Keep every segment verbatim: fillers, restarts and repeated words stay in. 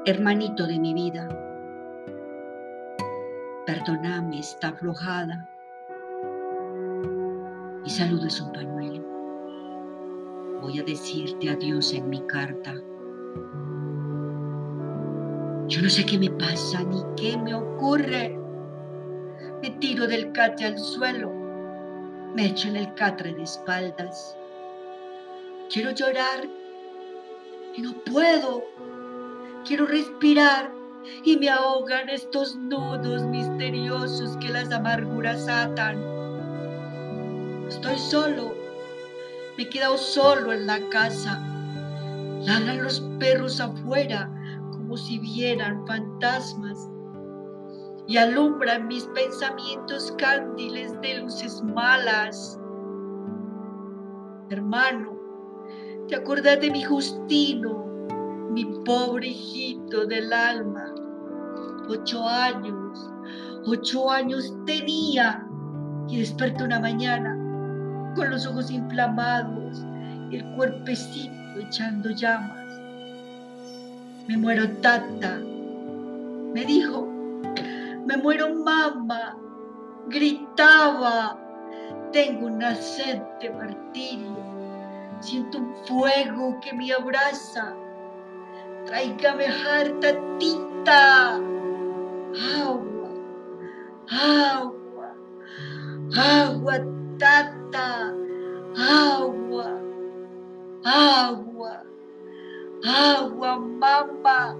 Hermanito de mi vida, perdóname esta aflojada. Mi saludo es un pañuelo. Voy a decirte adiós en mi carta. Yo no sé qué me pasa ni qué me ocurre. Me tiro del catre al suelo. Me echo en el catre de espaldas. Quiero llorar y no puedo. Quiero respirar y me ahogan estos nudos misteriosos que las amarguras atan. Estoy solo. Me he quedado solo en la casa. Ladran los perros afuera como si vieran fantasmas y alumbran mis pensamientos cándiles de luces malas. Hermano, ¿te acuerdas de mi Justino, mi pobre hijito del alma? Ocho años, ocho años tenía y despertó una mañana con los ojos inflamados y el cuerpecito echando llamas. Me muero, tata, me dijo. Me muero, mamá, gritaba. Tengo una sed de martirio. Siento un fuego que me abraza. Tráigame harta tita. Agua, agua, agua, tata. Agua, agua, agua, mamá.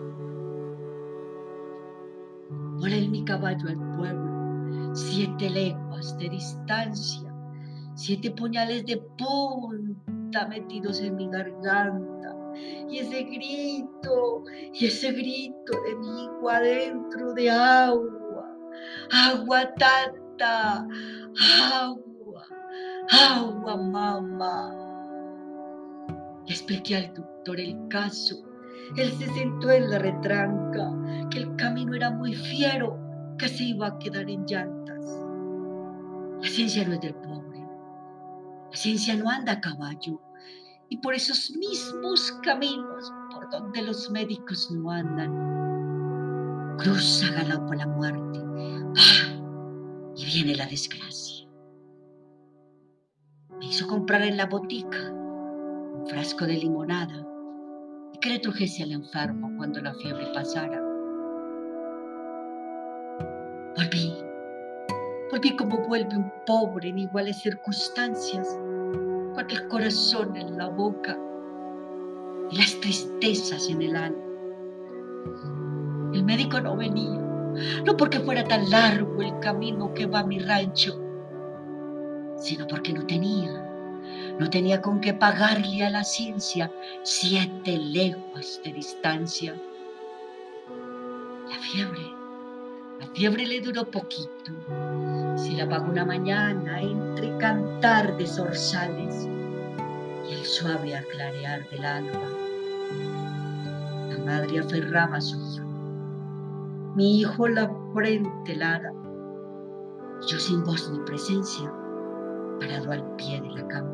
Volé en mi caballo al pueblo, siete leguas de distancia, siete puñales de punta metidos en mi garganta, y ese grito, y ese grito de mi hijo adentro de agua, agua, tata, agua, agua, mamá. Le expliqué al doctor el caso. Él se sentó en la retranca, que el camino era muy fiero, que se iba a quedar en llantas. La ciencia no es del pobre. La ciencia no anda a caballo. Y por esos mismos caminos por donde los médicos no andan, cruza galopa la muerte. ¡Pah! Y viene la desgracia. Me hizo comprar en la botica un frasco de limonada y que le trujese al enfermo cuando la fiebre pasara. Volví, volví como vuelve un pobre en iguales circunstancias, con el corazón en la boca y las tristezas en el alma. El médico no venía, no porque fuera tan largo el camino que va a mi rancho, sino porque no tenía, no tenía con qué pagarle a la ciencia siete leguas de distancia. La fiebre, la fiebre le duró poquito. Se la apagó una mañana entre cantar de zorzales y el suave aclarear del alba. La madre aferraba a su hijo, mi hijo la frente helada, y yo sin voz ni presencia, parado al pie de la cama.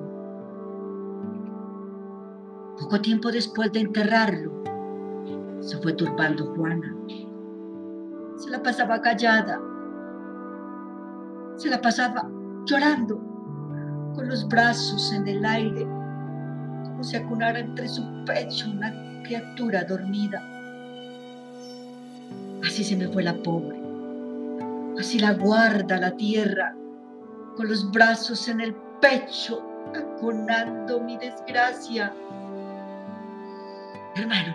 Poco tiempo después de enterrarlo, se fue turbando Juana. Se la pasaba callada, se la pasaba llorando, con los brazos en el aire, como si acunara entre su pecho una criatura dormida. Así se me fue la pobre, así la guarda la tierra, con los brazos en el pecho, acunando mi desgracia. Hermano,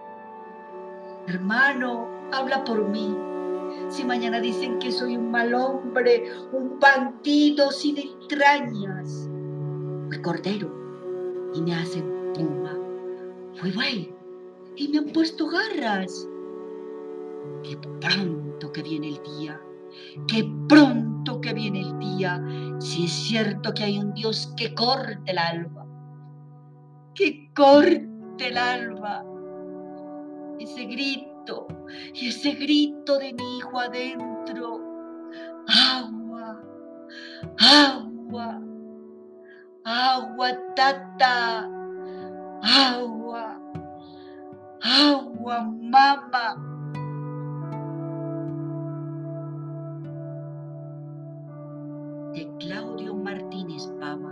hermano, habla por mí. Si mañana dicen que soy un mal hombre, un bandido sin entrañas, fui cordero y me hacen puma, fui buey y me han puesto garras. Qué pronto que viene el día, qué pronto que viene el día, si es cierto que hay un Dios que corte el alba, que corte el alba. Ese grito, y ese grito de mi hijo adentro, agua, agua, agua, tata, agua, Agua, mama. De Claudio Martínez Pava.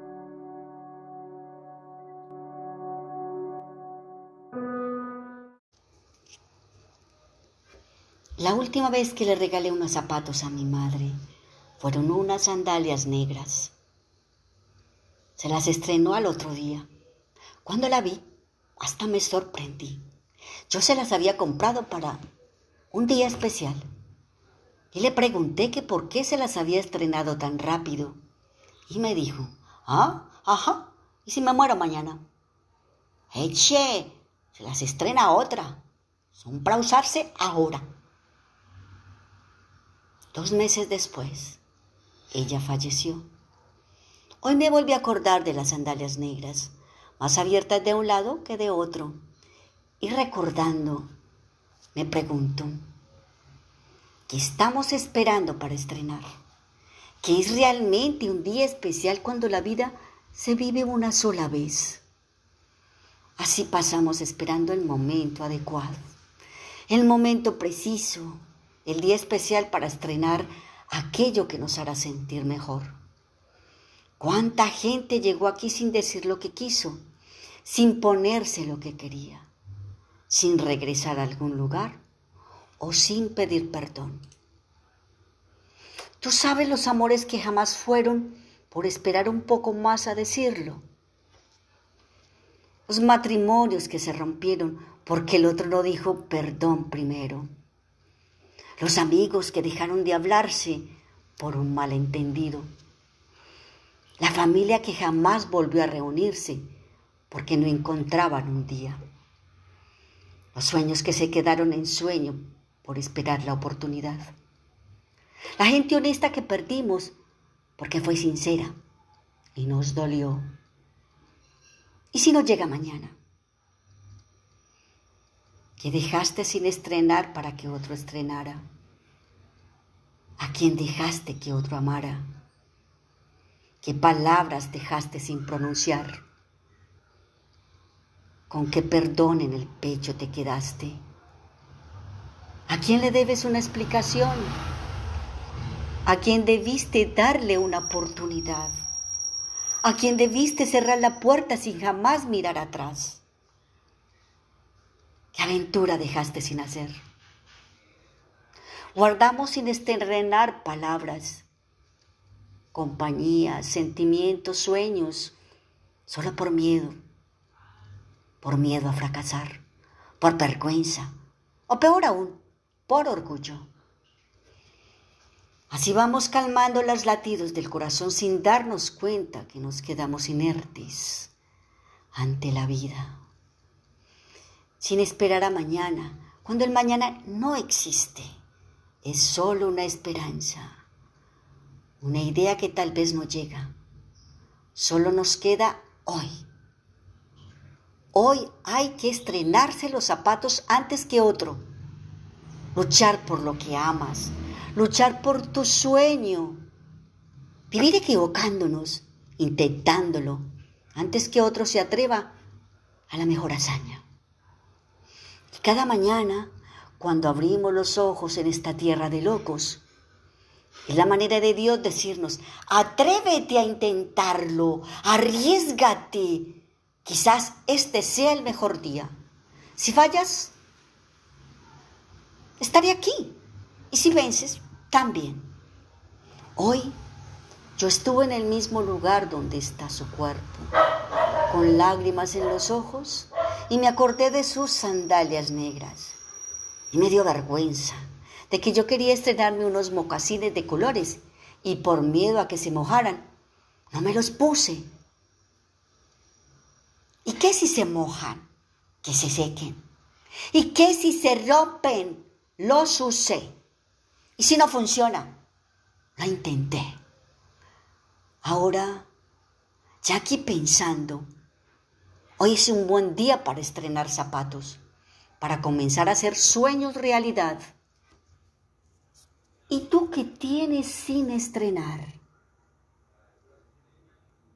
La última vez que le regalé unos zapatos a mi madre fueron unas sandalias negras. Se las estrenó al otro día. Cuando la vi, hasta me sorprendí. Yo se las había comprado para un día especial. Y le pregunté que por qué se las había estrenado tan rápido. Y me dijo, ah, ajá, ¿y si me muero mañana? Eche, se las estrena otra. Son para usarse ahora. Dos meses después, ella falleció. Hoy me volví a acordar de las sandalias negras, más abiertas de un lado que de otro. Y recordando, me pregunto, ¿qué estamos esperando para estrenar? ¿Qué es realmente un día especial cuando la vida se vive una sola vez? Así pasamos esperando el momento adecuado, el momento preciso, el día especial para estrenar aquello que nos hará sentir mejor. ¿Cuánta gente llegó aquí sin decir lo que quiso, sin ponerse lo que quería, sin regresar a algún lugar o sin pedir perdón? Tú sabes los amores que jamás fueron por esperar un poco más a decirlo. Los matrimonios que se rompieron porque el otro no dijo perdón primero. Los amigos que dejaron de hablarse por un malentendido. La familia que jamás volvió a reunirse porque no encontraban un día. Los sueños que se quedaron en sueño por esperar la oportunidad. La gente honesta que perdimos porque fue sincera y nos dolió. ¿Y si no llega mañana? ¿Qué dejaste sin estrenar para que otro estrenara? ¿A quién dejaste que otro amara? ¿Qué palabras dejaste sin pronunciar? ¿Con qué perdón en el pecho te quedaste? ¿A quién le debes una explicación? ¿A quién debiste darle una oportunidad? ¿A quién debiste cerrar la puerta sin jamás mirar atrás? ¿Qué aventura dejaste sin hacer? Guardamos sin estrenar palabras, compañías, sentimientos, sueños, solo por miedo, por miedo a fracasar, por vergüenza, o peor aún, por orgullo. Así vamos calmando los latidos del corazón sin darnos cuenta que nos quedamos inertes ante la vida, sin esperar a mañana, cuando el mañana no existe, es solo una esperanza, una idea que tal vez no llega, solo nos queda hoy. Hoy hay que estrenarse los zapatos antes que otro, luchar por lo que amas, luchar por tu sueño, vivir equivocándonos, intentándolo, antes que otro se atreva a la mejor hazaña. Y cada mañana, cuando abrimos los ojos en esta tierra de locos, es la manera de Dios decirnos, atrévete a intentarlo, arriésgate, quizás este sea el mejor día. Si fallas, estaré aquí, y si vences, también. Hoy yo estuve en el mismo lugar donde está su cuerpo, con lágrimas en los ojos, y me acordé de sus sandalias negras. Y me dio vergüenza de que yo quería estrenarme unos mocasines de colores, y por miedo a que se mojaran, no me los puse. ¿Y qué si se mojan? Que se sequen. ¿Y qué si se rompen? Los usé. ¿Y si no funciona? Lo intenté. Ahora, ya aquí pensando, hoy es un buen día para estrenar zapatos, para comenzar a hacer sueños realidad. ¿Y tú qué tienes sin estrenar?